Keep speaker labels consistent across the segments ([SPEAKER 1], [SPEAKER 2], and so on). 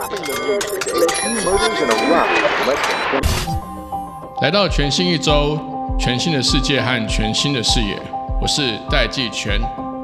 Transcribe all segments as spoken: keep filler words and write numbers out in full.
[SPEAKER 1] 来到全新一周，全新的世界和全新的视野，我是戴季全。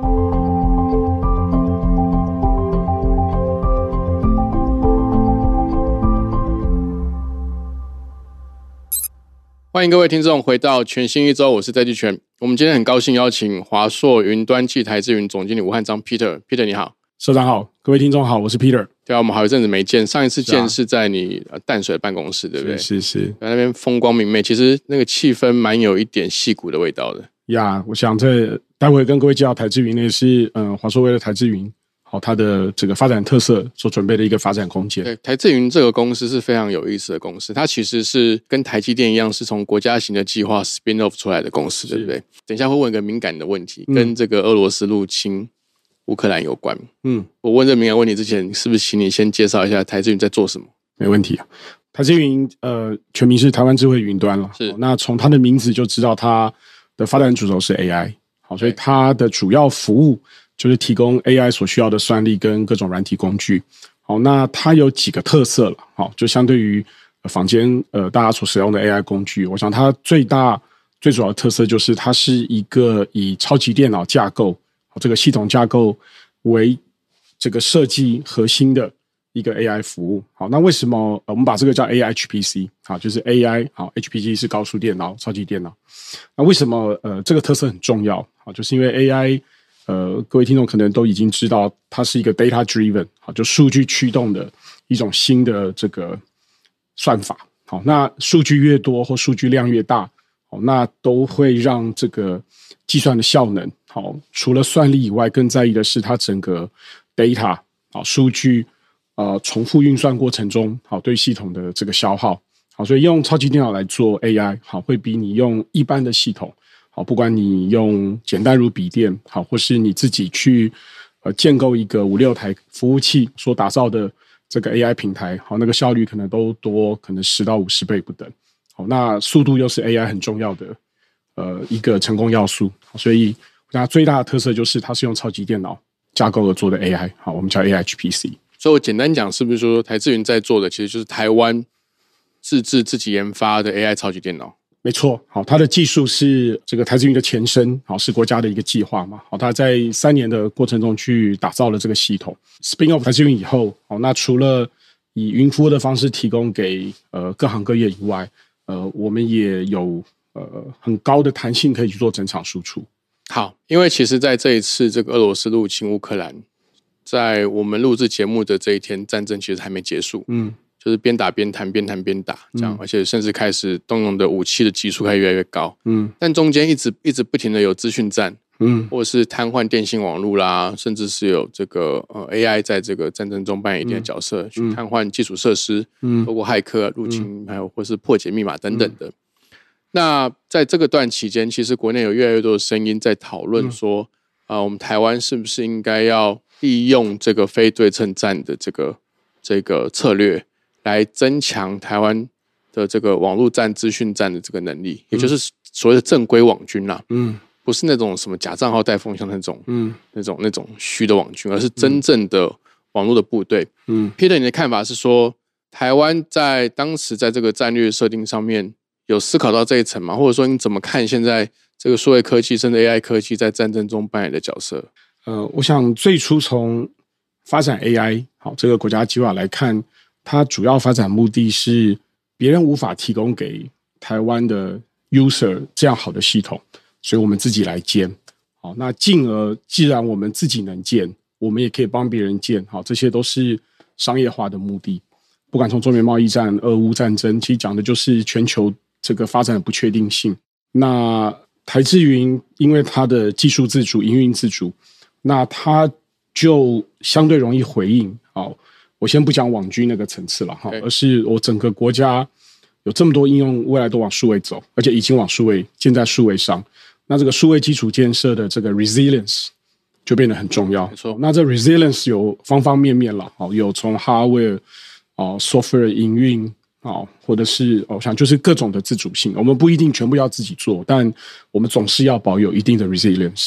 [SPEAKER 1] 欢迎各位听众回到全新一周，我是戴季全。我们今天很高兴邀请华硕云端暨台智云总经理吴汉章 Peter。Peter 你好。
[SPEAKER 2] 社长好，各位听众好，我是 Peter。
[SPEAKER 1] 对啊，我们好一阵子没见，上一次见是在你淡水办公室，对不对？
[SPEAKER 2] 是是是，
[SPEAKER 1] 在那边风光明媚，其实那个气氛蛮有一点矽谷的味道的。
[SPEAKER 2] 呀，我想这待会跟各位介绍台智云，那是嗯华硕为了台智云好它的这个发展特色所准备的一个发展空间。
[SPEAKER 1] 对，台智云这个公司是非常有意思的公司，它其实是跟台积电一样，是从国家型的计划 spin off 出来的公司，对不对？等一下会问一个敏感的问题，嗯、跟这个俄罗斯入侵乌克兰有关。嗯，我问这敏感问题之前，是不是请你先介绍一下台智云在做什么？
[SPEAKER 2] 没问题啊。台智云呃全名是台湾智慧云端了，是。那从它的名字就知道它的发展主轴是 A I， 好，所以它的主要服务就是提供 A I 所需要的算力跟各种软体工具。好，那它有几个特色了，好，就相对于坊间呃大家所使用的 A I 工具，我想它最大最主要的特色就是它是一个以超级电脑架构这个系统架构为这个设计核心的一个 A I 服务。好，那为什么我们把这个叫 A I H P C？ 好，就是 A I 好 H P C 是高速电脑、超级电脑。那为什么呃这个特色很重要？好，就是因为 A I 呃各位听众可能都已经知道，它是一个 data driven 好，就数据驱动的一种新的这个算法。好，那数据越多或数据量越大，好，那都会让这个计算的效能。好，除了算力以外，更在意的是它整个 data 好数据呃重复运算过程中好对系统的这个消耗。好，所以用超级电脑来做 A I 好，会比你用一般的系统好，不管你用简单如笔电好，或是你自己去呃建构一个五六台服务器所打造的这个 A I 平台好，那个效率可能都多可能十到五十倍不等。好，那速度又是 A I 很重要的呃一个成功要素，所以那最大的特色就是它是用超级电脑架构而做的 A I， 好，我们叫 A I H P C。
[SPEAKER 1] 所以我简单讲，是不是说台智云在做的其实就是台湾自制自己研发的 A I 超级电脑？
[SPEAKER 2] 没错，好，它的技术是这个台智云的前身，好，是国家的一个计划嘛，好，它在三年的过程中去打造了这个系统。Spin off 台智云以后，好，那除了以云服务的方式提供给呃各行各业以外，呃，我们也有呃很高的弹性可以去做整场输出。
[SPEAKER 1] 好，因为其实在这一次这个俄罗斯入侵乌克兰，在我们录制节目的这一天，战争其实还没结束，嗯，就是边打边谈，边谈边打这样，嗯、而且甚至开始动用的武器的级数开始越来越高，嗯，但中间一直一直不停的有资讯战，嗯，或者是瘫痪电信网络啦，甚至是有这个呃 A I 在这个战争中扮演一定的角色，嗯、去瘫痪基础设施，嗯，包括骇客入侵，嗯、还有或是破解密码等等的。嗯那在这个段期间，其实国内有越来越多的声音在讨论说，啊、嗯呃，我们台湾是不是应该要利用这个非对称战的这个这个策略，来增强台湾的这个网络战、资讯战的这个能力，嗯、也就是所谓的正规网军啦、啊，嗯，不是那种什么假账号带风向那种，嗯，那种那种虚的网军，而是真正的网络的部队。嗯 ，Peter， 你的看法是说，台湾在当时在这个战略设定上面，有思考到这一层吗？或者说你怎么看现在这个数位科技甚至 A I 科技在战争中扮演的角色？
[SPEAKER 2] 呃，我想最初从发展 A I 好这个国家计划来看，它主要发展目的是别人无法提供给台湾的 user 这样好的系统，所以我们自己来建。好，那进而既然我们自己能建，我们也可以帮别人建。好，这些都是商业化的目的。不管从中美贸易战、俄乌战争，其实讲的就是全球这个发展的不确定性。那台智云因为它的技术自主、营运自主，那它就相对容易回应。好，我先不讲网军那个层次了哈，而是我整个国家有这么多应用，未来都往数位走，而且已经往数位建在数位上。那这个数位基础建设的这个 resilience 就变得很重要。
[SPEAKER 1] 没错，
[SPEAKER 2] 那这 resilience 有方方面面了，有从 hardware、哦、software 营运。哦，或者是我想就是各种的自主性，我们不一定全部要自己做，但我们总是要保有一定的 resilience。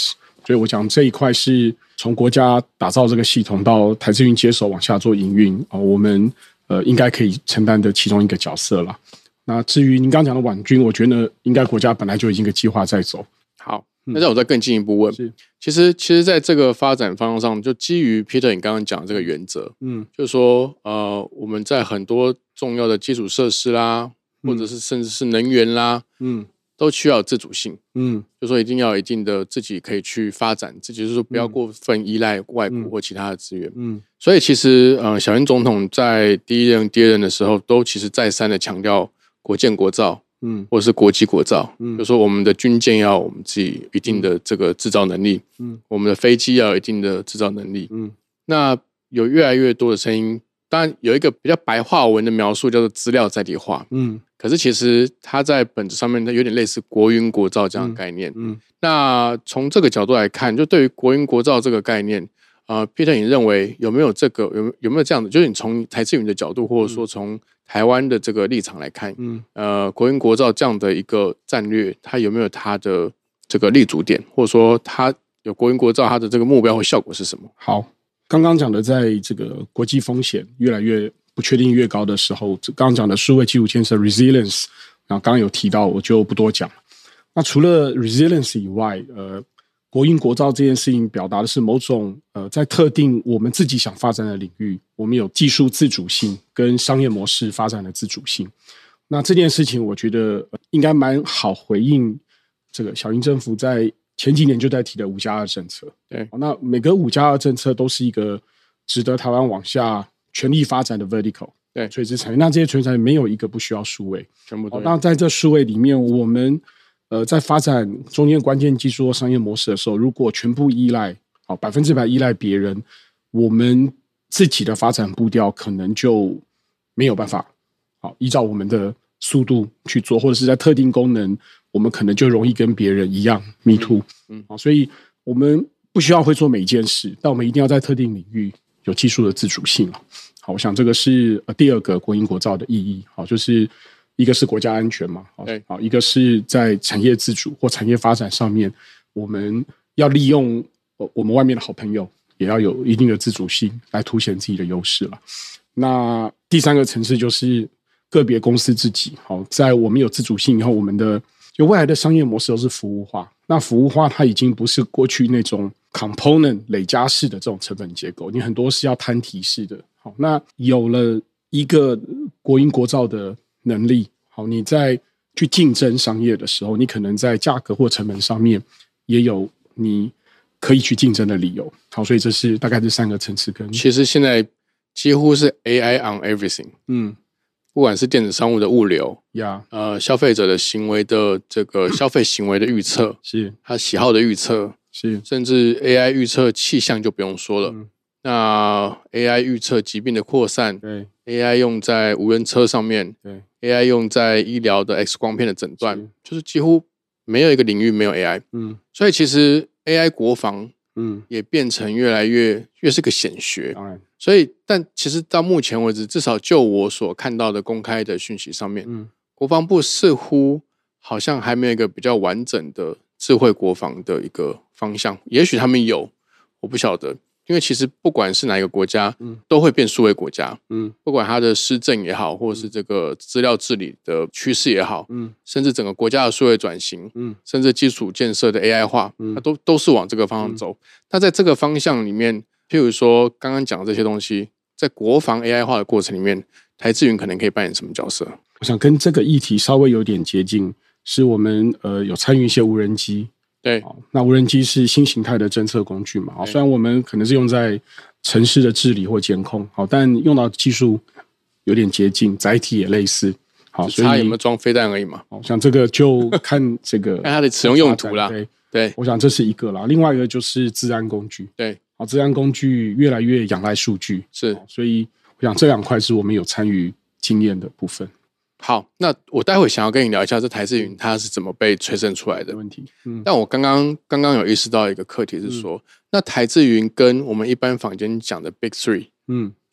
[SPEAKER 2] 所以我讲这一块是从国家打造这个系统到台资云接手往下做营运、哦、我们呃应该可以承担的其中一个角色啦。那至于您刚刚讲的网军，我觉得应该国家本来就已经有个计划在走。
[SPEAKER 1] 好，那让我再更进一步问，嗯、其实其实在这个发展方向上，就基于 Peter 你刚刚讲的这个原则，嗯，就是说呃我们在很多重要的基础设施啦，或者是甚至是能源啦，嗯，都需要自主性，嗯，就说一定要有一定的自己可以去发展，自己就是说不要过分依赖外部或其他的资源，嗯，所以其实呃小英总统在第一任、第二任的时候，都其实再三的强调国建国造，嗯，或者是国际国造，嗯，就说我们的军舰要有我们自己一定的这个制造能力，嗯，我们的飞机要有一定的制造能力，嗯，那有越来越多的声音，当然有一个比较白话文的描述叫做资料在地化，嗯，可是其实它在本质上面它有点类似国云国造这样的概念，嗯，嗯那从这个角度来看，就对于国云国造这个概念，呃 Peter 你认为有没有这个有有没有这样的，就是你从台资云的角度，或者说从台湾的这个立场来看，嗯，呃，国云国造这样的一个战略，它有没有它的这个立足点，或者说它有国云国造它的这个目标或效果是什么？
[SPEAKER 2] 好，刚刚讲的，在这个国际风险越来越不确定越高的时候，刚刚讲的数位基础建设 resilience， 然后刚刚有提到，我就不多讲。那除了 resilience 以外，呃。国营国造这件事情表达的是某种呃，在特定我们自己想发展的领域，我们有技术自主性跟商业模式发展的自主性。那这件事情，我觉得、呃、应该蛮好回应这个小英政府在前几年就在提的五加二政策。
[SPEAKER 1] 对，
[SPEAKER 2] 那每个五加二政策都是一个值得台湾往下全力发展的 vertical，
[SPEAKER 1] 对，
[SPEAKER 2] 垂直产业。那这些垂直产业没有一个不需要数位，
[SPEAKER 1] 全部都有。
[SPEAKER 2] 那在这数位里面，我们呃，在发展中间关键技术或商业模式的时候，如果全部依赖好百分之百依赖别人，我们自己的发展步调可能就没有办法好依照我们的速度去做，或者是在特定功能，我们可能就容易跟别人一样 me too。嗯，好，所以我们不需要会做每一件事，但我们一定要在特定领域有技术的自主性。好，我想这个是呃第二个国营国造的意义。好，就是。一个是国家安全嘛，好，一个是在产业自主或产业发展上面，我们要利用我们外面的好朋友，也要有一定的自主性来凸显自己的优势了。那第三个层次就是个别公司自己，好，在我们有自主性以后，我们的就未来的商业模式都是服务化。那服务化它已经不是过去那种 component 累加式的这种成本结构，你很多是要摊提式的。好，那有了一个国营国造的能力，好，你在去竞争商业的时候，你可能在价格或成本上面也有你可以去竞争的理由。好，所以这是大概这三个层次跟。
[SPEAKER 1] 其实现在几乎是 A I on everything， 嗯，不管是电子商务的物流，呀、yeah. 呃，消费者的行为的这个消费行为的预测，
[SPEAKER 2] 是
[SPEAKER 1] 他喜好的预测，
[SPEAKER 2] 是甚
[SPEAKER 1] 至 A I 预测气象就不用说了。嗯，那 A I 预测疾病的扩散，
[SPEAKER 2] 对
[SPEAKER 1] ，A I 用在无人车上面，
[SPEAKER 2] 对
[SPEAKER 1] ，A I 用在医疗的 X 光片的诊断，是就是几乎没有一个领域没有 A I。嗯，所以其实 A I 国防，嗯，也变成越来越越是个显学。
[SPEAKER 2] 当然，
[SPEAKER 1] 所以但其实到目前为止，至少就我所看到的公开的讯息上面，嗯，国防部似乎好像还没有一个比较完整的智慧国防的一个方向。也许他们有，我不晓得。因为其实不管是哪一个国家，嗯，都会变数位国家，嗯，不管它的施政也好，或者是这个资料治理的趋势也好，嗯，甚至整个国家的数位转型，嗯，甚至基础建设的 A I 化，嗯，它都都是往这个方向走。那、嗯、在这个方向里面，譬如说刚刚讲的这些东西，在国防 A I 化的过程里面，台智云可能可以扮演什么角色？
[SPEAKER 2] 我想跟这个议题稍微有点接近，是我们呃有参与一些无人机。
[SPEAKER 1] 对，
[SPEAKER 2] 那无人机是新形态的侦测工具嘛？虽然我们可能是用在城市的治理或监控，好，但用到技术有点接近，载体也类似，好，
[SPEAKER 1] 所以差有没有装飞弹而已嘛？
[SPEAKER 2] 好，像这个就看这个
[SPEAKER 1] 看它的使用用途啦。
[SPEAKER 2] 对
[SPEAKER 1] 对，
[SPEAKER 2] 我想这是一个啦。另外一个就是治安工具，
[SPEAKER 1] 对，
[SPEAKER 2] 好，治安工具越来越仰赖数据，
[SPEAKER 1] 是，
[SPEAKER 2] 所以我想这两块是我们有参与经验的部分。
[SPEAKER 1] 好，那我待会想要跟你聊一下这台智云它是怎么被催生出来的
[SPEAKER 2] 问题。嗯，
[SPEAKER 1] 但我刚刚刚刚有意识到一个课题是说，嗯、那台智云跟我们一般坊间讲的 Big Three， 嗯，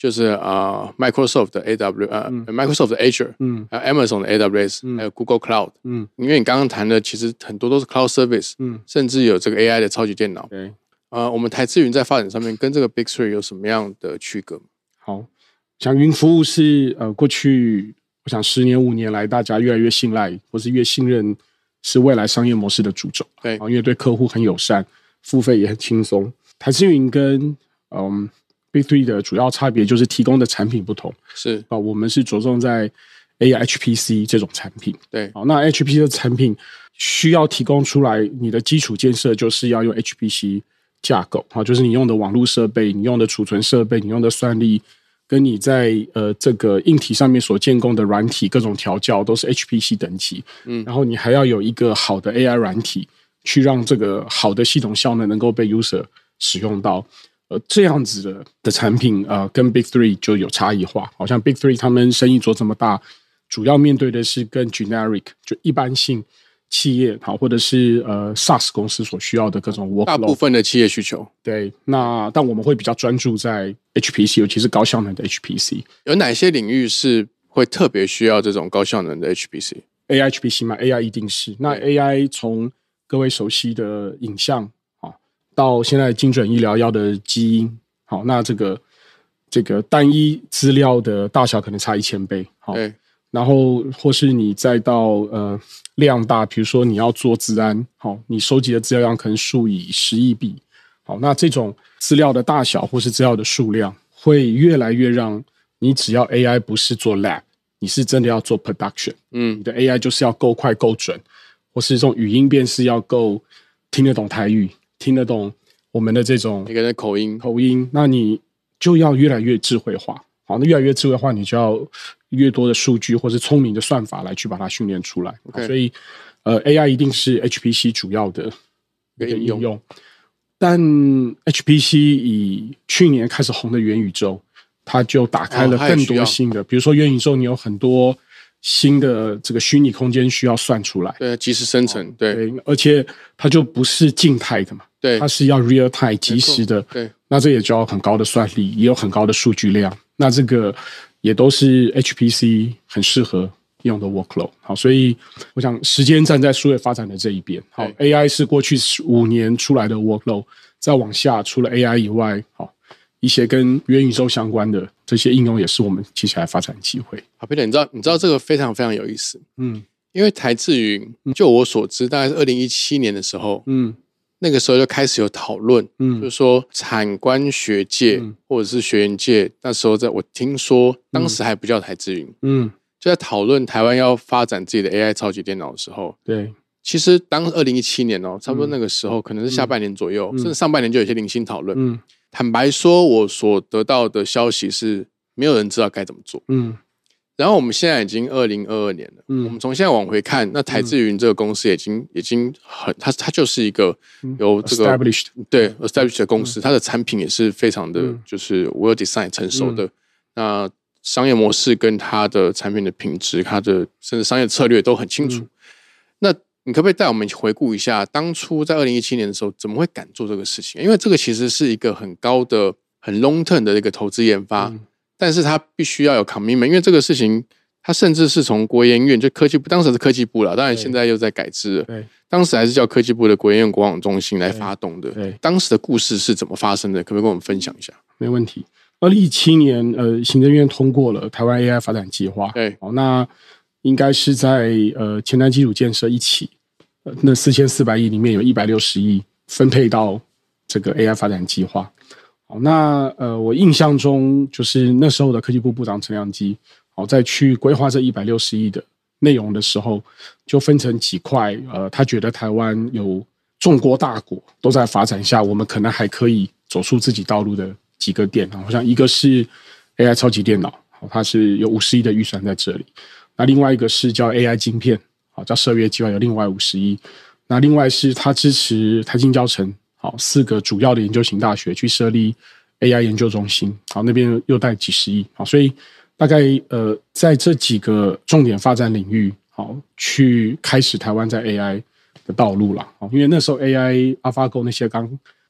[SPEAKER 1] 就是啊、呃、Microsoft 的 A W 呃、嗯、Microsoft 的 Azure， 嗯，还有 Amazon 的 A W S，嗯，还有 Google Cloud， 嗯，因为你刚刚谈的其实很多都是 Cloud Service， 嗯，甚至有这个 A I 的超级电脑，对，呃，我们台智云在发展上面跟这个 Big Three 有什么样的区隔？
[SPEAKER 2] 好，像云服务是呃过去我想十年五年来大家越来越信赖或是越信任是未来商业模式的主轴，对，因为对客户很友善，付费也很轻松。台智云跟嗯 Big Three 的主要差别就是提供的产品不同，是啊，我们是着重在 A I H P C 这种产品，对，好，那 H P C 的产品需要提供出来，你的基础建设就是要用 H P C 架构，好，就是你用的网络设备、你用的储存设备、你用的算力，跟你在呃这个硬体上面所建构的软体各种调教都是 H P C 等级，嗯，然后你还要有一个好的 A I 软体，去让这个好的系统效能能够被 user 使用到。呃，这样子的的产品，呃，跟 Big Three 就有差异化。好像 Big Three 他们生意做这么大，主要面对的是更 generic 就一般性企业，好，或者是呃 SaaS 公司所需要的各种 workload。
[SPEAKER 1] 大部分的企业需求。对，
[SPEAKER 2] 那但我们会比较专注在 H P C， 尤其是高效能的 H P C。
[SPEAKER 1] 有哪些领域是会特别需要这种高效能的 H P C？A
[SPEAKER 2] I H P C 嘛 ，A I 一定是。那 A I 从各位熟悉的影像。到现在精准医疗要的基因，好，那这个这个单一资料的大小可能差一千倍，好，然后或是你再到呃量大，比如说你要做资安，好，你收集的资料量可能数以十亿笔，好，那这种资料的大小或是资料的数量，会越来越让你只要 A I 不是做 lab， 你是真的要做 production， 嗯，你的 A I 就是要够快够准，或是这种语音辨识要够听得懂台语。听得懂我们的这种
[SPEAKER 1] 一个人口音，
[SPEAKER 2] 口音，那你就要越来越智慧化。好，那越来越智慧化，你就要越多的数据或是聪明的算法来去把它训练出来。Okay. 所以，呃 ，A I 一定是 H P C 主要的一个应用。用但 H P C 以去年开始红的元宇宙，它就打开了更多新的，哦、比如说元宇宙，你有很多新的这个虚拟空间需要算出来，
[SPEAKER 1] 对，即时生成，对，
[SPEAKER 2] 对，而且它就不是静态的嘛。对，它是要 real time 即时的，对，那这也就要很高的算力，也有很高的数据量，那这个也都是 H P C 很适合用的 workload。好，所以我想时间站在数位发展的这一边。好 ，A I 是过去五年出来的 workload， 再往下除了 A I 以外，好一些跟元宇宙相关的这些应用也是我们接下来发展机会。
[SPEAKER 1] 好 ，Peter， 你知道你知道这个非常非常有意思，嗯，因为台智云，就我所知，大概是二零一七年的时候，嗯。那个时候就开始有讨论，嗯，就是说产官学界、嗯、或者是学院界，那时候在我听说，当时还不叫台智云，嗯，就在讨论台湾要发展自己的 A I 超级电脑的时候，对，其实当二零一七年哦，差不多那个时候，嗯、可能是下半年左右，嗯、甚至上半年就有些零星讨论。嗯，坦白说，我所得到的消息是，没有人知道该怎么做。嗯。然后我们现在已经二零二二年了，嗯，我们从现在往回看，那台智云这个公司已经、嗯、已经很，它它就是一个有这个、
[SPEAKER 2] 嗯、established
[SPEAKER 1] 对 established 的公司，嗯、它的产品也是非常的就是 well design 成熟的，嗯、那商业模式跟它的产品的品质，它的甚至商业策略都很清楚。嗯、那你可不可以带我们回顾一下，当初在二零一七年的时候，怎么会敢做这个事情？因为这个其实是一个很高的、很 long term 的一个投资研发。嗯，但是它必须要有 commitment， 因为这个事情，它甚至是从国研院就科技部，当时是科技部啦，当然现在又在改制了。对，当时还是叫科技部的国研院国网中心来发动的。对，当时的故事是怎么发生的？可不可以跟我们分享一下？
[SPEAKER 2] 没问题。二零一七年，呃，行政院通过了台湾 A I 发展计划。对，哦，那应该是在呃前瞻基础建设一起，呃、那四千四百亿里面有一百六十亿分配到这个 A I 发展计划。好，那呃，我印象中就是那时候的科技部部长陈良基，好，在去规划这一百六十亿的内容的时候，就分成几块。呃，他觉得台湾有众国大国都在发展下，我们可能还可以走出自己道路的几个点。好像一个是 A I 超级电脑，好，它是有五十亿的预算在这里。那另外一个是叫 A I 晶片，好，叫射月计划有另外五十亿。那另外是他支持台清交成。好，四个主要的研究型大学去设立 A I 研究中心，好，那边又带几十亿，好，所以大概呃，在这几个重点发展领域，好，去开始台湾在 A I 的道路了，好，因为那时候 A I、AlphaGo 那些刚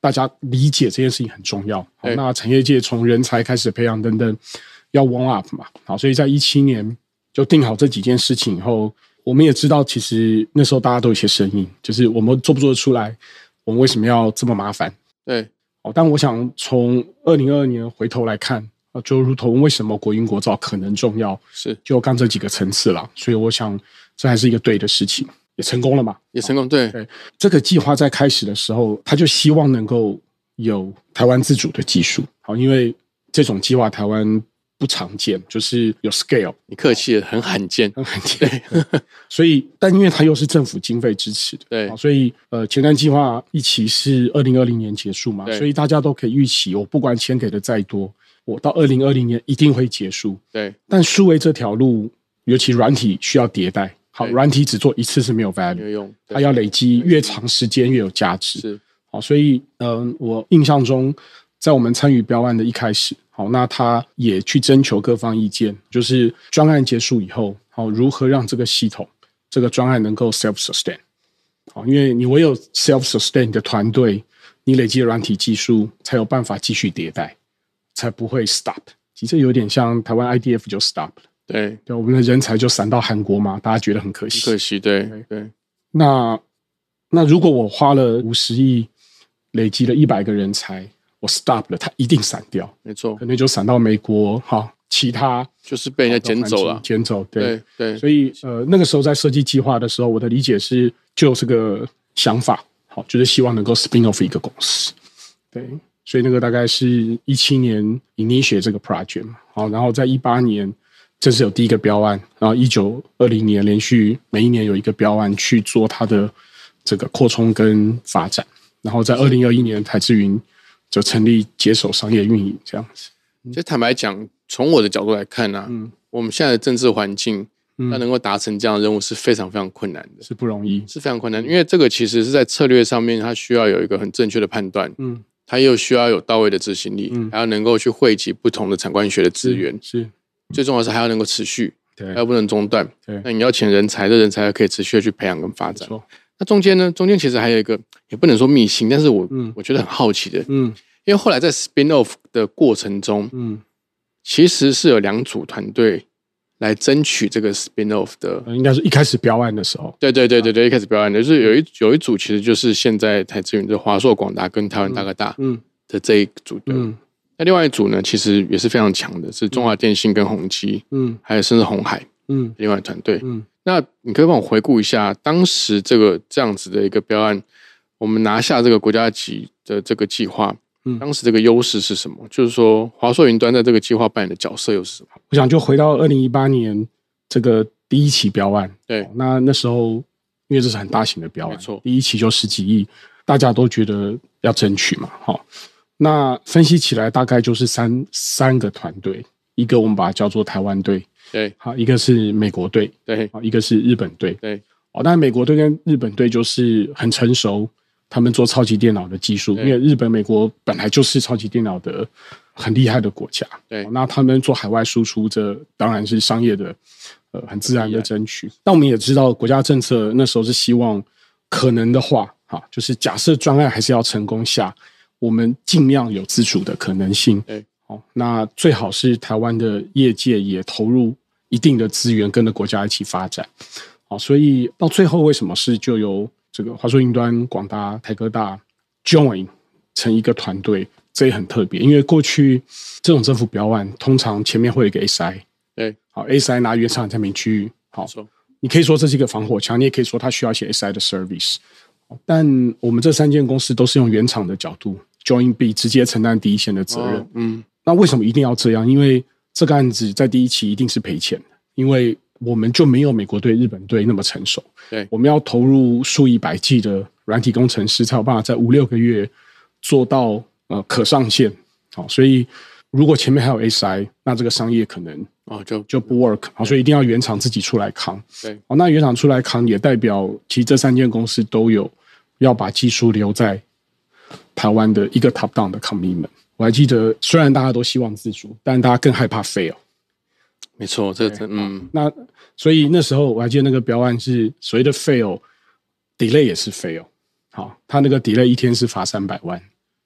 [SPEAKER 2] 大家理解这件事情很重要。好，
[SPEAKER 1] 欸、
[SPEAKER 2] 那产业界从人才开始培养等等，要 warm up 嘛。好，所以在一七年就定好这几件事情以后，我们也知道，其实那时候大家都有一些声音，就是我们做不做得出来，我们为什么要这么麻烦？
[SPEAKER 1] 对，
[SPEAKER 2] 好，但我想从二零二二年回头来看，就如同为什么国营国造可能重要，
[SPEAKER 1] 是
[SPEAKER 2] 就刚这几个层次啦。所以我想这还是一个对的事情，也成功了嘛，
[SPEAKER 1] 也成功。对
[SPEAKER 2] 对，这个计划在开始的时候，他就希望能够有台湾自主的技术。好，因为这种计划台湾不常见，就是有 scale。
[SPEAKER 1] 你客气了，很罕见，
[SPEAKER 2] 很罕见。所以，但因为它又是政府经费支持的，
[SPEAKER 1] 对，
[SPEAKER 2] 所以呃，前瞻计划一期是二零二零年结束嘛，所以大家都可以预期，我不管钱给的再多，我到二零二零年一定会结束。
[SPEAKER 1] 对，
[SPEAKER 2] 但数位这条路，尤其软体需要迭代。好，软体只做一次是没有 value，
[SPEAKER 1] 没有用，
[SPEAKER 2] 它要累积越长时间越有价值。
[SPEAKER 1] 是，
[SPEAKER 2] 好，所以嗯、呃，我印象中。在我们参与标案的一开始，好，那他也去征求各方意见，就是专案结束以后，好，如何让这个系统、这个专案能够 self sustain， 好，因为你唯有 self sustain 的团队，你累积软体技术，才有办法继续迭代，才不会 stop。其实有点像台湾 I D F 就 stop 了，
[SPEAKER 1] 对，
[SPEAKER 2] 对，我们的人才就散到韩国嘛，大家觉得很可惜，
[SPEAKER 1] 可惜，对对对。
[SPEAKER 2] 那那如果我花了五十亿，累积了一百个人才。我 stop 了，它一定散掉，
[SPEAKER 1] 没错，
[SPEAKER 2] 可能就散到美国，哈，其他
[SPEAKER 1] 就是被人家捡走了，
[SPEAKER 2] 捡走，对
[SPEAKER 1] 对, 对
[SPEAKER 2] 所以呃，那个时候在设计计划的时候，我的理解是，就这个想法，好，就是希望能够 spin off 一个公司，对，所以那个大概是一七年 initiate 这个 project 嘛，好，然后在一八年正式有第一个标案，然后一九二零年连续每一年有一个标案去做它的这个扩充跟发展，然后在二零二一年台智云。就成立接手商业运营这样子。
[SPEAKER 1] 其实坦白讲，从我的角度来看啊，嗯、我们现在的政治环境要能够达成这样的任务是非常非常困难的，
[SPEAKER 2] 是不容易，
[SPEAKER 1] 是非常困难的。因为这个其实是在策略上面，它需要有一个很正确的判断，嗯，它又需要有到位的执行力，嗯，还要能够去汇集不同的产官学的资源，
[SPEAKER 2] 是，是
[SPEAKER 1] 最重要的是还要能够持续，
[SPEAKER 2] 对，
[SPEAKER 1] 还要不能中断。
[SPEAKER 2] 对，
[SPEAKER 1] 那你要请人才，这人才可以持续的去培养跟发展。那中间呢，中间其实还有一个，也不能说秘辛，但是我、嗯、我觉得很好奇的，嗯。因为后来在 spin off 的过程中，嗯，其实是有两组团队来争取这个 spin off 的，
[SPEAKER 2] 应该是一开始标案的时候，
[SPEAKER 1] 对对对对对，一开始标案的就是有一有一组其实就是现在台智云的华硕、广达跟台湾大哥大的这一组队，嗯，那另外一组呢，其实也是非常强的，是中华电信跟宏基，嗯，还有甚至鸿海，嗯，另外团队，嗯，那你可以帮我回顾一下当时这个这样子的一个标案，我们拿下这个国家级的这个计划。嗯，当时这个优势是什么？就是说，华硕云端在这个计划扮演的角色又是什么？
[SPEAKER 2] 我想就回到二零一八年这个第一期标案，
[SPEAKER 1] 对，
[SPEAKER 2] 那那时候因为这是很大型的标案，
[SPEAKER 1] 没错，
[SPEAKER 2] 第一期就十几亿，大家都觉得要争取嘛，好，那分析起来大概就是三三个团队，一个我们把它叫做台湾队，
[SPEAKER 1] 对，
[SPEAKER 2] 好，一个是美国队，
[SPEAKER 1] 对，
[SPEAKER 2] 好，一个是日本队，
[SPEAKER 1] 对，
[SPEAKER 2] 哦，但美国队跟日本队就是很成熟。他们做超级电脑的技术，因为日本、美国本来就是超级电脑的很厉害的国家。
[SPEAKER 1] 对，
[SPEAKER 2] 那他们做海外输出，这当然是商业的呃很自然的争取。但我们也知道，国家政策那时候是希望可能的话，哈，就是假设专案还是要成功下，我们尽量有自主的可能性。
[SPEAKER 1] 对，
[SPEAKER 2] 好，那最好是台湾的业界也投入一定的资源，跟着国家一起发展。好，所以到最后为什么是就由这个华硕云端、广达、台科大 join 成一个团队，这也很特别。因为过去这种政府标案，通常前面会有一个 S I，
[SPEAKER 1] 对，
[SPEAKER 2] 好 ，S I 拿原厂产品去，好，你可以说这是一个防火墙，你也可以说它需要一些 S I 的 service。但我们这三间公司都是用原厂的角度 join B 直接承担第一线的责任。哦、嗯，那为什么一定要这样？因为这个案子在第一期一定是赔钱的，因为我们就没有美国队、日本队那么成熟。
[SPEAKER 1] 对，
[SPEAKER 2] 我们要投入数以百计的软体工程师，才有办法在五六个月做到呃可上线。好，所以如果前面还有 S I， 那这个商业可能
[SPEAKER 1] 哦就
[SPEAKER 2] 就不 work。好，所以一定要原厂自己出来扛。
[SPEAKER 1] 对，
[SPEAKER 2] 好，那原厂出来扛也代表，其实这三间公司都有要把技术留在台湾的一个 top down 的 commitment。我还记得，虽然大家都希望自主，但大家更害怕 fail。
[SPEAKER 1] 没错，这真嗯，
[SPEAKER 2] 那所以那时候我还记得那个标案是所谓的 fail，delay 也是 fail。好，他那个 delay 一天是罚三百万，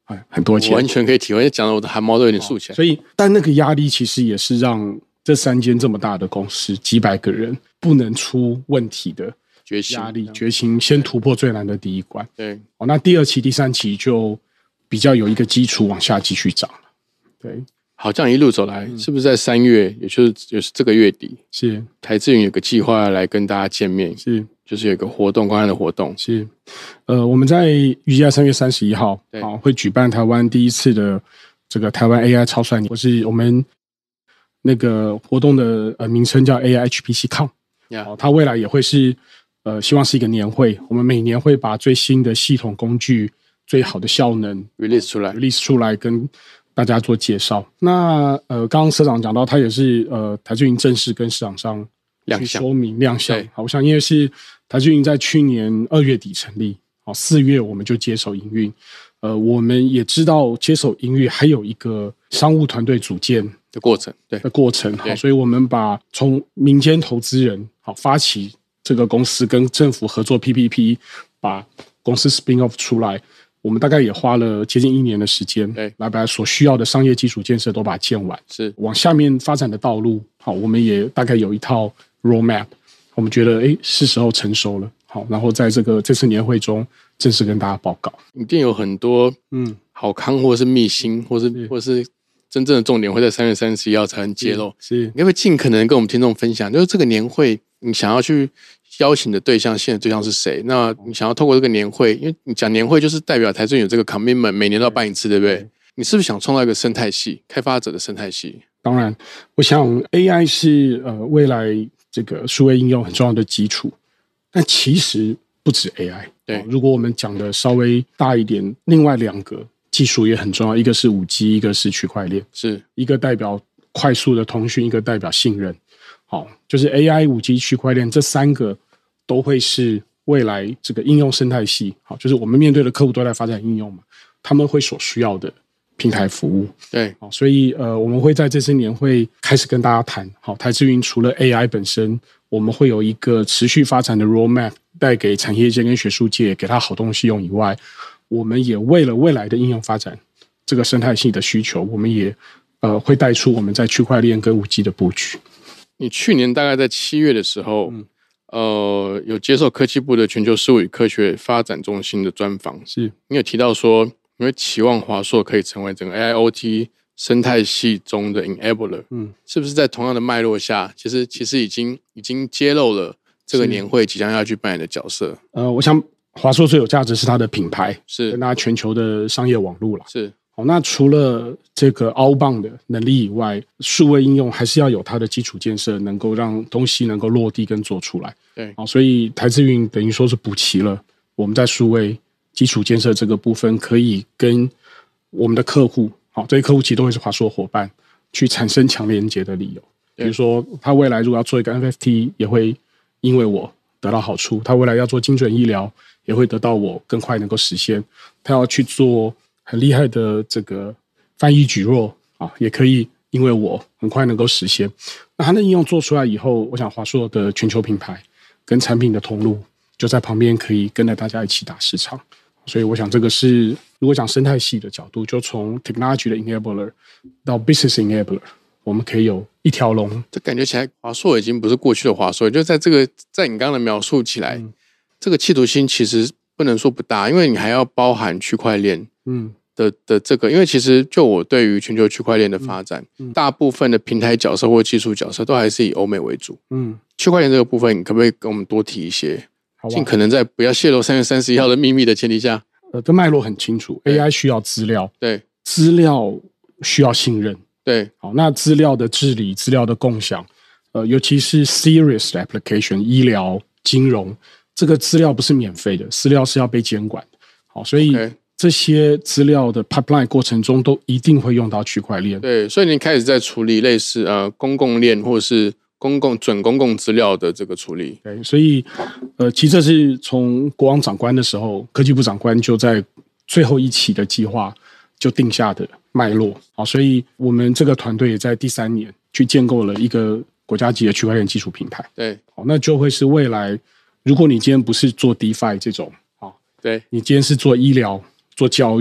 [SPEAKER 2] 哎，很多钱，
[SPEAKER 1] 完全可以体会，讲的我的汗毛都有点竖起来。
[SPEAKER 2] 所以，但那个压力其实也是让这三间这么大的公司，几百个人不能出问题的
[SPEAKER 1] 决心
[SPEAKER 2] 压力，决心先突破最难的第一关。
[SPEAKER 1] 对，
[SPEAKER 2] 哦，那第二期、第三期就比较有一个基础往下继续涨了。对，
[SPEAKER 1] 好，这样一路走来，嗯、是不是在三月，也就是就是这个月底，
[SPEAKER 2] 是
[SPEAKER 1] 台智云有个计划来跟大家见面，
[SPEAKER 2] 是
[SPEAKER 1] 就是有一个活动，公开的活动，
[SPEAKER 2] 是呃，我们在预计在三月三十一号啊、哦、会举办台湾第一次的这个台湾 A I 超算年，或是我们那个活动的呃名称叫 A I H P C Con，
[SPEAKER 1] yeah.
[SPEAKER 2] 哦，它未来也会是呃希望是一个年会，我们每年会把最新的系统工具、最好的效能
[SPEAKER 1] release 出来
[SPEAKER 2] ，release 出来跟大家做介绍。那呃，刚刚社长讲到，他也是呃台智云正式跟市场上
[SPEAKER 1] 亮相
[SPEAKER 2] 说明亮相。好，我想因为是台智云在去年二月底成立，好，四月我们就接手营运。呃，我们也知道接手营运还有一个商务团队组建
[SPEAKER 1] 的过程，对
[SPEAKER 2] 的过程。好，所以我们把从民间投资人好发起这个公司跟政府合作 P P P， 把公司 spin off 出来。我们大概也花了接近一年的时间，来把所需要的商业基础建设都把它建完。
[SPEAKER 1] 是
[SPEAKER 2] 往下面发展的道路，好，我们也大概有一套 roadmap。我们觉得，哎，是时候成熟了。好，然后在这个这次年会中正式跟大家报告。
[SPEAKER 1] 一定有很多嗯好康，或是秘辛，或是或是真正的重点会在三月三十一号才能揭露。
[SPEAKER 2] 是，
[SPEAKER 1] 你可不可以尽可能跟我们听众分享，就是这个年会你想要去邀请的对象，现在对象是谁？那你想要透过这个年会，因为你讲年会就是代表台智有这个 commitment， 每年都要办一次，对不对？对，你是不是想创造一个生态系，开发者的生态系？
[SPEAKER 2] 当然，我想 A I 是呃未来这个数位应用很重要的基础，但其实不止 A I。
[SPEAKER 1] 对，
[SPEAKER 2] 哦，如果我们讲的稍微大一点，另外两个技术也很重要，一个是 五 G， 一个是区块链，
[SPEAKER 1] 是一
[SPEAKER 2] 个代表快速的通讯，一个代表信任。好，就是 A I、五 G、区块链这三个都会是未来这个应用生态系。好，就是我们面对的客户都在发展应用嘛，他们会所需要的平台服务。
[SPEAKER 1] 对，
[SPEAKER 2] 好，所以呃，我们会在这次年会开始跟大家谈。好，台智云除了 A I 本身，我们会有一个持续发展的 roadmap， 带给产业界跟学术界，给它好东西用以外，我们也为了未来的应用发展这个生态系的需求，我们也呃会带出我们在区块链跟 五 G 的布局。
[SPEAKER 1] 你去年大概在七月的时候，嗯、呃，有接受科技部的全球事务与科学发展中心的专访，
[SPEAKER 2] 是
[SPEAKER 1] 你有提到说，你会期望华硕可以成为整个 A I O T 生态系中的 enabler， 嗯，是不是在同样的脉络下，其实其实已经已经揭露了这个年会即将要去扮演的角色？
[SPEAKER 2] 呃，我想华硕最有价值是它的品牌，
[SPEAKER 1] 是
[SPEAKER 2] 跟它全球的商业网络啦，
[SPEAKER 1] 是。
[SPEAKER 2] 好，那除了这个outbound的能力以外，数位应用还是要有它的基础建设，能够让东西能够落地跟做出来。
[SPEAKER 1] 对，
[SPEAKER 2] 好，所以台智云等于说是补齐了我们在数位基础建设这个部分，可以跟我们的客户，好，这些客户其实都会是华硕伙伴，去产生强连接的理由。比如说，他未来如果要做一个 N F T， 也会因为我得到好处；他未来要做精准医疗，也会得到我更快能够实现。他要去做很厉害的这个翻译举弱啊，也可以因为我很快能够实现。那它的应用做出来以后，我想华硕的全球品牌跟产品的通路就在旁边可以跟着大家一起打市场。所以我想这个是如果讲生态系的角度，就从 technology 的 enabler 到 business enabler， 我们可以有一条龙。
[SPEAKER 1] 这感觉起来华硕已经不是过去的华硕，就在这个在你刚刚的描述起来，嗯、这个企图心其实不能说不大，因为你还要包含区块链。嗯的的这个，因为其实就我对于全球区块链的发展，嗯嗯、大部分的平台角色或技术角色都还是以欧美为主。嗯，区块链这个部分，你可不可以跟我们多提一些？尽可能在不要泄露三月三十一号的秘密的前提下，
[SPEAKER 2] 呃，这脉络很清楚。A I 需要资料，
[SPEAKER 1] 对，
[SPEAKER 2] 资料需要信任，
[SPEAKER 1] 对。
[SPEAKER 2] 好，那资料的治理、资料的共享，呃，尤其是 serious application， 医疗、金融，这个资料不是免费的，资料是要被监管的。好，所以。Okay.这些资料的 pipeline 过程中都一定会用到区块链。
[SPEAKER 1] 对，所以你开始在处理类似呃公共链或者是公共准公共资料的这个处理。
[SPEAKER 2] 对，所以呃，其实这是从国王长官的时候，科技部长官就在最后一期的计划就定下的脉络。好，所以我们这个团队也在第三年去建构了一个国家级的区块链技术平台。
[SPEAKER 1] 对，
[SPEAKER 2] 好，那就会是未来，如果你今天不是做 DeFi 这种，好，
[SPEAKER 1] 对，
[SPEAKER 2] 你今天是做医疗。做教育、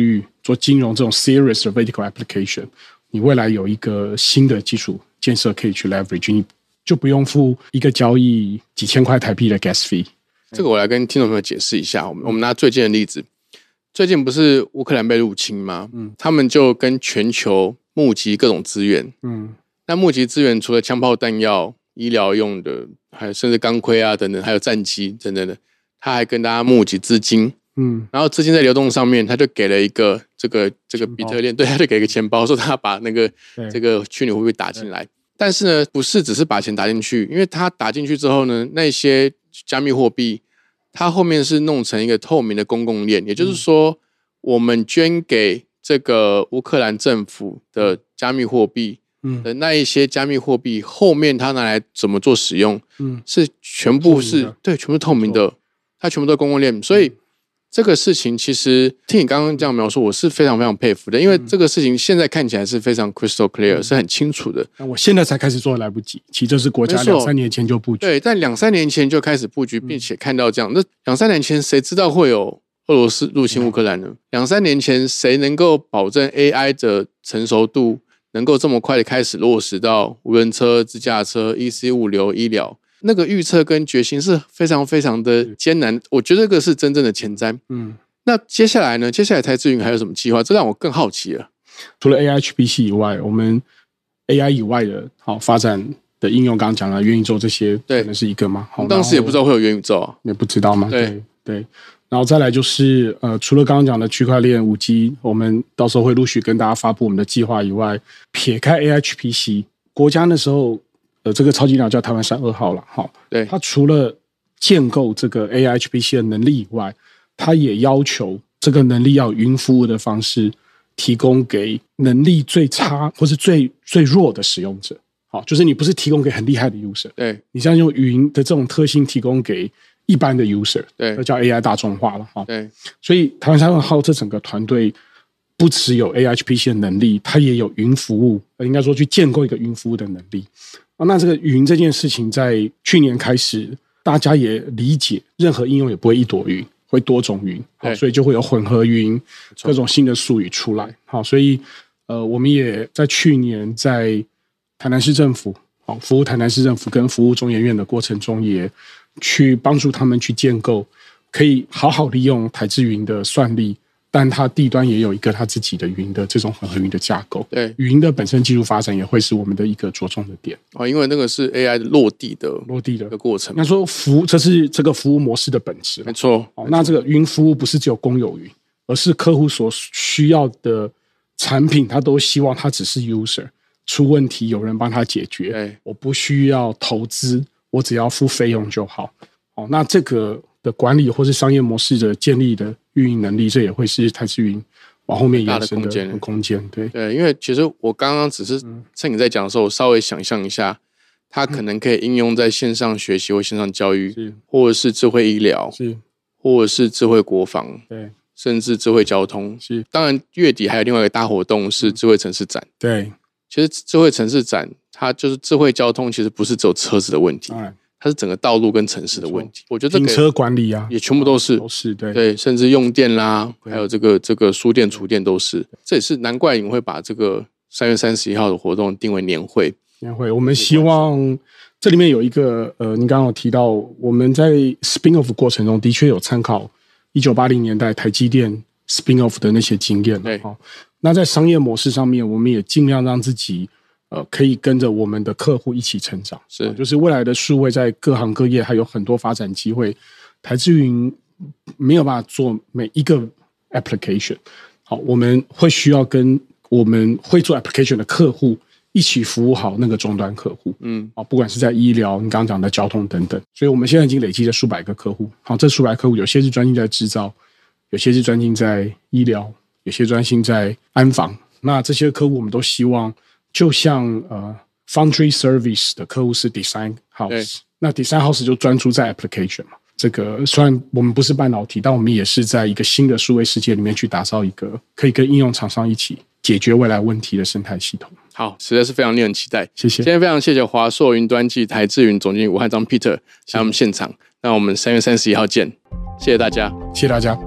[SPEAKER 2] 做金融这种 serious 的 vertical application， 你未来有一个新的基础建设可以去 leverage， 你就不用付一个交易几千块台币的 gas fee。
[SPEAKER 1] 这个我来跟听众朋友解释一下，我们我们拿最近的例子，最近不是乌克兰被入侵吗？嗯，他们就跟全球募集各种资源，嗯，那募集资源除了枪炮弹药、医疗用的，还有甚至钢盔啊等等，还有战机等等的，他还跟大家募集资金，嗯，然后资金在流动上面，他就给了一个这个这个比特链，对，他就给一个钱包，说他把那个这个虚拟货币打进来。但是呢，不是只是把钱打进去，因为他打进去之后呢，那些加密货币，它后面是弄成一个透明的公共链，也就是说，嗯、我们捐给这个乌克兰政府的加密货币的那一些加密货币，后面它拿来怎么做使用，嗯，是全部是对，全部透明的，它全部都是公共链，所以。这个事情其实听你刚刚这样描述，我是非常非常佩服的，因为这个事情现在看起来是非常 crystal clear，、嗯、是很清楚的。
[SPEAKER 2] 那我现在才开始做来不及，其实这是国家两三年前就布局。
[SPEAKER 1] 对，在两三年前就开始布局，并且看到这样。那两三年前谁知道会有俄罗斯入侵乌克兰呢？两、嗯、三年前谁能够保证 A I 的成熟度能够这么快的开始落实到无人车、自驾车、E C 物流、医疗？那个预测跟决心是非常非常的艰难，我觉得这个是真正的前瞻。嗯，那接下来呢？接下来台资云还有什么计划？这让我更好奇了。
[SPEAKER 2] 除了 A I H P C 以外，我们 A I 以外的好发展的应用，刚刚讲了元宇宙这些，可能是一个吗？
[SPEAKER 1] 当时也不知道会有元宇宙啊，
[SPEAKER 2] 也不知道吗？
[SPEAKER 1] 对
[SPEAKER 2] 对, 对。然后再来就是呃，除了刚刚讲的区块链、五 G， 我们到时候会陆续跟大家发布我们的计划以外，撇开 A I H P C， 国家那时候。呃，这个超级鸟叫台湾山二号了，哈，
[SPEAKER 1] 对，
[SPEAKER 2] 它除了建构这个 A I H P C 的能力以外，它也要求这个能力要云服务的方式提供给能力最差或是最最弱的使用者，好，就是你不是提供给很厉害的 user，
[SPEAKER 1] 对，
[SPEAKER 2] 你像用云的这种特性提供给一般的 user，
[SPEAKER 1] 对，
[SPEAKER 2] 这叫 A I 大众化了，哈，
[SPEAKER 1] 对，
[SPEAKER 2] 所以台湾山二号这整个团队。不只有 A I H P C 的能力，它也有云服务，应该说去建构一个云服务的能力。那这个云这件事情，在去年开始，大家也理解，任何应用也不会一朵云，会多种云，好，所以就会有混合云，各种新的术语出来。好，所以呃，我们也在去年在台南市政府，好，服务台南市政府跟服务中研院的过程中，也去帮助他们去建构，可以好好利用台资云的算力。但它地端也有一个它自己的云的这种混合云的架构，
[SPEAKER 1] 对
[SPEAKER 2] 云的本身技术发展也会是我们的一个着重的点
[SPEAKER 1] 哦，因为那个是 A I 落地的
[SPEAKER 2] 落地的
[SPEAKER 1] 过程。
[SPEAKER 2] 应该说服务，这是这个服务模式的本质，
[SPEAKER 1] 没错。
[SPEAKER 2] 哦，那这个云服务不是只有公有云，而是客户所需要的产品，他都希望他只是 user 出问题有人帮他解决，
[SPEAKER 1] 对，
[SPEAKER 2] 我不需要投资，我只要付费用就好。哦，那这个的管理或是商业模式的建立的运营能力，这也会是台资云往后面延伸的空间。空间对
[SPEAKER 1] 对，因为其实我刚刚只是趁你在讲的时候，我稍微想象一下，它可能可以应用在线上学习或线上教育，或者是智慧医疗，
[SPEAKER 2] 是
[SPEAKER 1] 或者是智慧国防，
[SPEAKER 2] 对，
[SPEAKER 1] 甚至智慧交通。
[SPEAKER 2] 是，
[SPEAKER 1] 当然月底还有另外一个大活动是智慧城市展。
[SPEAKER 2] 对，
[SPEAKER 1] 其实智慧城市展它就是智慧交通，其实不是只有车子的问题。它是整个道路跟城市的问题，我觉得这个
[SPEAKER 2] 停车管理啊，
[SPEAKER 1] 也全部都是，
[SPEAKER 2] 都是对
[SPEAKER 1] 对，甚至用电啦，还有这个这个输电、储电都是。这也是难怪你会把这个三月三十一号的活动定为年会。
[SPEAKER 2] 年会，我们希望这里面有一个呃，你刚刚有提到，我们在 spin off 过程中的确有参考一九八零年代台积电 spin off 的那些经验。
[SPEAKER 1] 对，
[SPEAKER 2] 哦，那在商业模式上面，我们也尽量让自己。呃，可以跟着我们的客户一起成长，
[SPEAKER 1] 是、
[SPEAKER 2] 呃，就是未来的数位在各行各业还有很多发展机会。台资云没有办法做每一个 application， 好，我们会需要跟我们会做 application 的客户一起服务好那个终端客户，嗯，啊，不管是在医疗，你刚刚讲的交通等等，所以我们现在已经累积了数百个客户。好，这数百个客户有些是专心在制造，有些是专心在医疗，有些专心在安防。那这些客户我们都希望。就像呃 ，Foundry Service 的客户是 Design House， 那 Design House 就专注在 application 嘛。这个虽然我们不是半导体，但我们也是在一个新的数位世界里面去打造一个可以跟应用厂商一起解决未来问题的生态系统。
[SPEAKER 1] 好，实在是非常令人期待。
[SPEAKER 2] 谢谢。
[SPEAKER 1] 今天非常谢谢华硕云端暨台资云总经理吴汉章 Peter 来我们现场。那我们三月三十一号见，谢谢大家，
[SPEAKER 2] 谢谢大家。